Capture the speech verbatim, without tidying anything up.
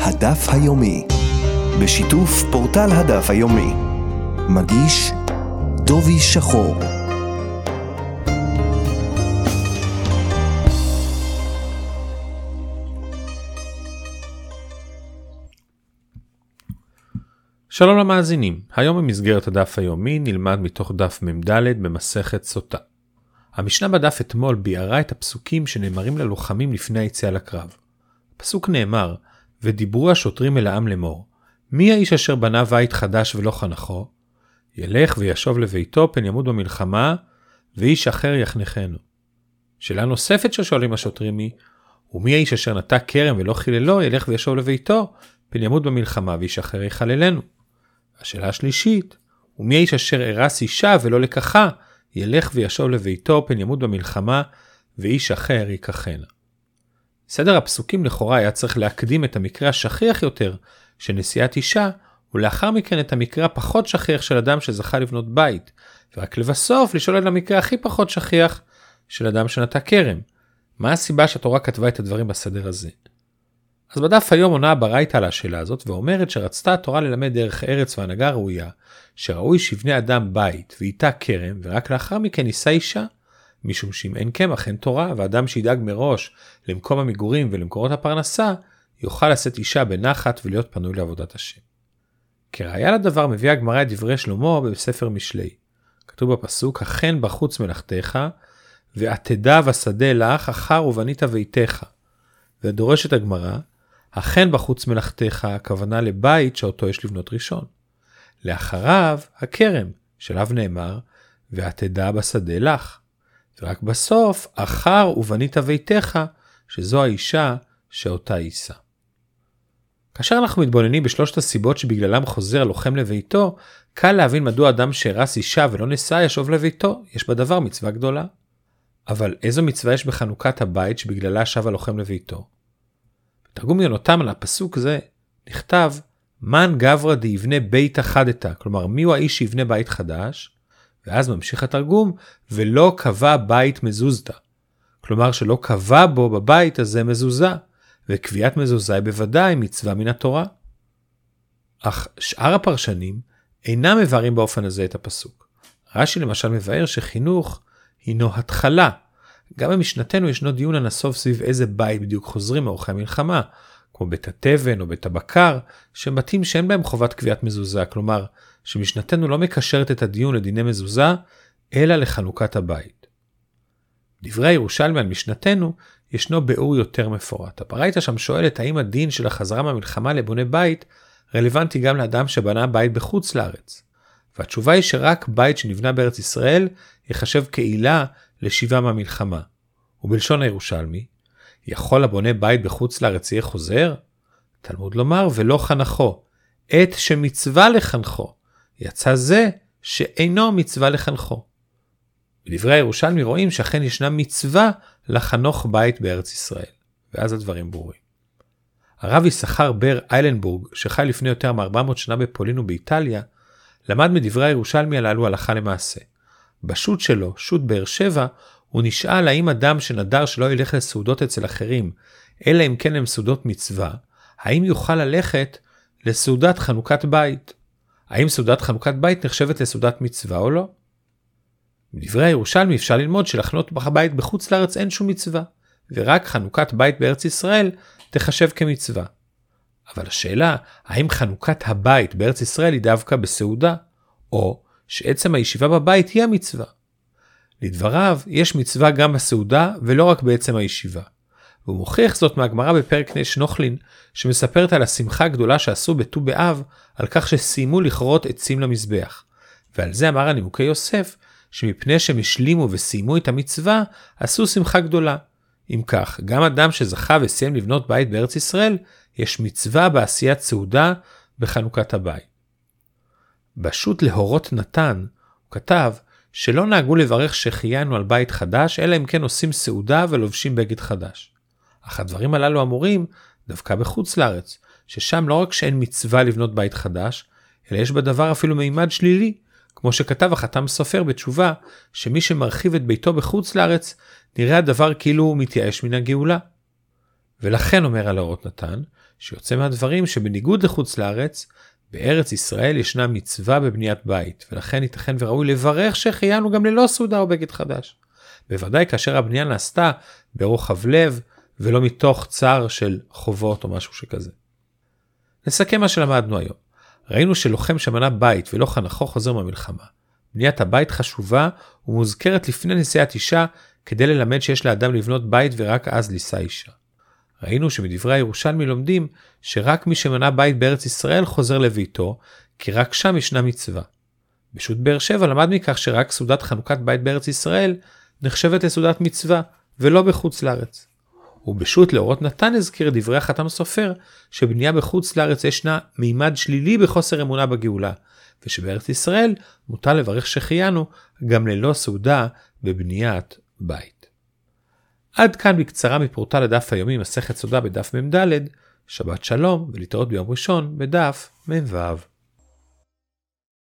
הדף היומי, בשיתוף פורטל הדף היומי. מגיש דובי שחור. שלום למאזינים, היום במסגרת הדף היומי נלמד מתוך דף ממדלת במסכת סוטה. המשנה בדף אתמול ביארה את הפסוקים שנאמרים ללוחמים לפני היציאה לקרב. הפסוק נאמר, ודיברו השוטרים אל העם לאמור, מי האיש אשר בנה בית חדש ולא חנכו? ילך וישוב לביתו פן ימות במלחמה, ואיש אחר יחנכנו. שאלה נוספת ששואלים השוטרים היא, ומי האיש אשר נטע כרם ולא חיללו, ילך וישוב לביתו פן ימות במלחמה, ואיש אחר יחללנו. השאלה השלישית, ומי האיש אשר הרס אישה ולא לקחה, ילך וישוב לביתו פן ימות במלחמה, ואיש אחר ייקחנה. סדר הפסוקים לכאורה היה צריך להקדים את המקרה השכיח יותר של נשיאת אישה, ולאחר מכן את המקרה הפחות שכיח של אדם שזכה לבנות בית, ורק לבסוף לשאול על המקרה הכי פחות שכיח של אדם שנטע כרם. מה הסיבה שהתורה כתבה את הדברים בסדר הזה? אז בדף היום עונה הברייתא על השאלה הזאת, ואומרת שרצתה התורה ללמד דרך ארץ והנהגה ראויה, שראוי שיבנה אדם בית ואיתה כרם, ורק לאחר מכן יישא אישה, משום שאם אין קמח אין תורה, ואדם שידאג מראש למקום המגורים ולמקורות הפרנסה, יוכל לשאת אישה בנחת ולהיות פנוי לעבודת השם. כראיה לדבר מביאה הגמרא את דברי שלמה בספר משלי. כתוב בפסוק, אכן בחוץ מלאכתך, ועתדה ושדה לך, אחר ובנית ביתך. ודורשת הגמרא, אכן בחוץ מלאכתך, הכוונה לבית שאותו יש לבנות ראשון. לאחריו, הכרם, שלב נאמר, ועתדה בשדה לך. ורק בסוף, אחר ובנית ביתך, שזו האישה שאותה יישא. כאשר אנחנו מתבוננים בשלושת הסיבות שבגללם חוזר לוחם לביתו, קל להבין מדוע אדם שהרס אישה ולא נשא ישוב לביתו, יש בדבר מצווה גדולה. אבל איזו מצווה יש בחנוכת הבית שבגללה שב הלוחם לביתו? בתרגום יונתן על הפסוק זה נכתב, מן גברא דיבנה בית חדתא, כלומר מי הוא האיש שיבנה בית חדש? ואז ממשיך התרגום, ולא קבע בית מזוזתא, כלומר שלא קבע בו בבית הזה מזוזה, וקביעת מזוזה היא בוודאי מצווה מן התורה. אך שאר הפרשנים אינם מבארים באופן הזה את הפסוק. רש"י למשל מבאר שחינוך הינו התחלה. גם במשנתנו ישנו דיון הנסוב סביב איזה בית בדיוק חוזרים מאורחי המלחמה, כמו בית התבן או בית הבקר, שמתאים שאין בהם חובת קביעת מזוזה, כלומר שמשנתנו לא מקשרת את הדיון לדיני מזוזה, אלא לחנוכת הבית. דברי הירושלמי על משנתנו ישנו ביאור יותר מפורט. הברייתא שם שואלת האם הדין של החזרה מהמלחמה לבונה בית רלוונטי גם לאדם שבנה בית בחוץ לארץ. והתשובה היא שרק בית שנבנה בארץ ישראל יחשב כעילה לשיבה מהמלחמה. ובלשון הירושלמי, יכול הבונה בית בחוץ לארץ יהיה חוזר? תלמוד לומר ולא חנכו, עת שמצווה לחנכו, יצא זה שאינו מצווה לחנכו. בדברי הירושלמי רואים שאכן ישנה מצווה לחנוך בית בארץ ישראל, ואז הדברים ברורים. הרב יששכר בר איילנבורג, שחי לפני יותר מ-ארבע מאות שנה בפולין ובאיטליה, למד מדברי הירושלמי הללו הלכה למעשה. בשו"ת שלו, שו"ת באר שבע, הוא נשאל האם אדם שנדר שלא ילך לסעודות אצל אחרים, אלא אם כן הם סעודות מצווה, האם יוכל ללכת לסעודת חנוכת בית? האם סעודת חנוכת בית נחשבת לסעודת מצווה או לא? מדברי הירושלמי אפשר ללמוד שלחנות בית בחוץ לארץ אין שום מצווה, ורק חנוכת בית בארץ ישראל תחשב כמצווה. אבל השאלה, האם חנוכת הבית בארץ ישראל היא דווקא בסעודה, או שעצם הישיבה בבית היא המצווה? לדבריו, יש מצווה גם בסעודה ולא רק בעצם הישיבה. והוא מוכיח זאת מהגמרא בפרק נש נוכלין, שמספרת על השמחה הגדולה שעשו בט"ו באב, על כך שסיימו לכרות עצים למזבח. ועל זה אמר הנימוקי יוסף, שמפני שהם השלימו וסיימו את המצווה, עשו שמחה גדולה. אם כך, גם אדם שזכה וסיים לבנות בית בארץ ישראל, יש מצווה בעשיית סעודה בחנוכת הבית. בשו"ת להורות נתן, הוא כתב שלא נהגו לברך שחיינו על בית חדש, אלא אם כן עושים סעודה ולובשים בגד חדש. אך הדברים הללו אמורים דווקא בחוץ לארץ, ששם לא רק שאין מצווה לבנות בית חדש, אלא יש בדבר אפילו מימד שלילי, כמו שכתב החתם סופר בתשובה, שמי שמרחיב את ביתו בחוץ לארץ, נראה הדבר כאילו הוא מתייאש מן הגאולה. ולכן אומר על אורות נתן, שיוצא מהדברים שבניגוד לחוץ לארץ, בארץ ישראל ישנה מצווה בבניית בית, ולכן ייתכן וראוי לברך שהחיינו גם ללא סעודה או בגד חדש. בוודאי כאשר הבנייה נעשתה ברוחב לב, ולא מתוך צער של חובות או משהו שכזה. נסכם מה שלמדנו היום. ראינו שלוחם שמנה בית ולא חנכו חוזר מהמלחמה. בניית הבית חשובה ומוזכרת לפני נשיאת אישה, כדי ללמד שיש לאדם לבנות בית ורק אז לישא אישה. ראינו שמדברי הירושלמי לומדים שרק מי שמנה בית בארץ ישראל חוזר לביתו, כי רק שם ישנה מצווה. בשו"ת באר שבע למד מכך שרק סעודת חנוכת בית בארץ ישראל נחשבת לסעודת מצווה, ולא בחוץ לארץ. ובשו"ת לאורות נתן הזכיר דברי החתם הסופר, שבנייה בחוץ לארץ ישנה מימד שלילי בחוסר אמונה בגאולה, ושבארץ ישראל מותר לברך שהחיינו גם ללא סעודה בבניית בית. עד כאן בקצרה מפורטל הדף היומי מסכת סעודה בדף מ"ד. שבת שלום ולהתראות ביום ראשון בדף מ"ו.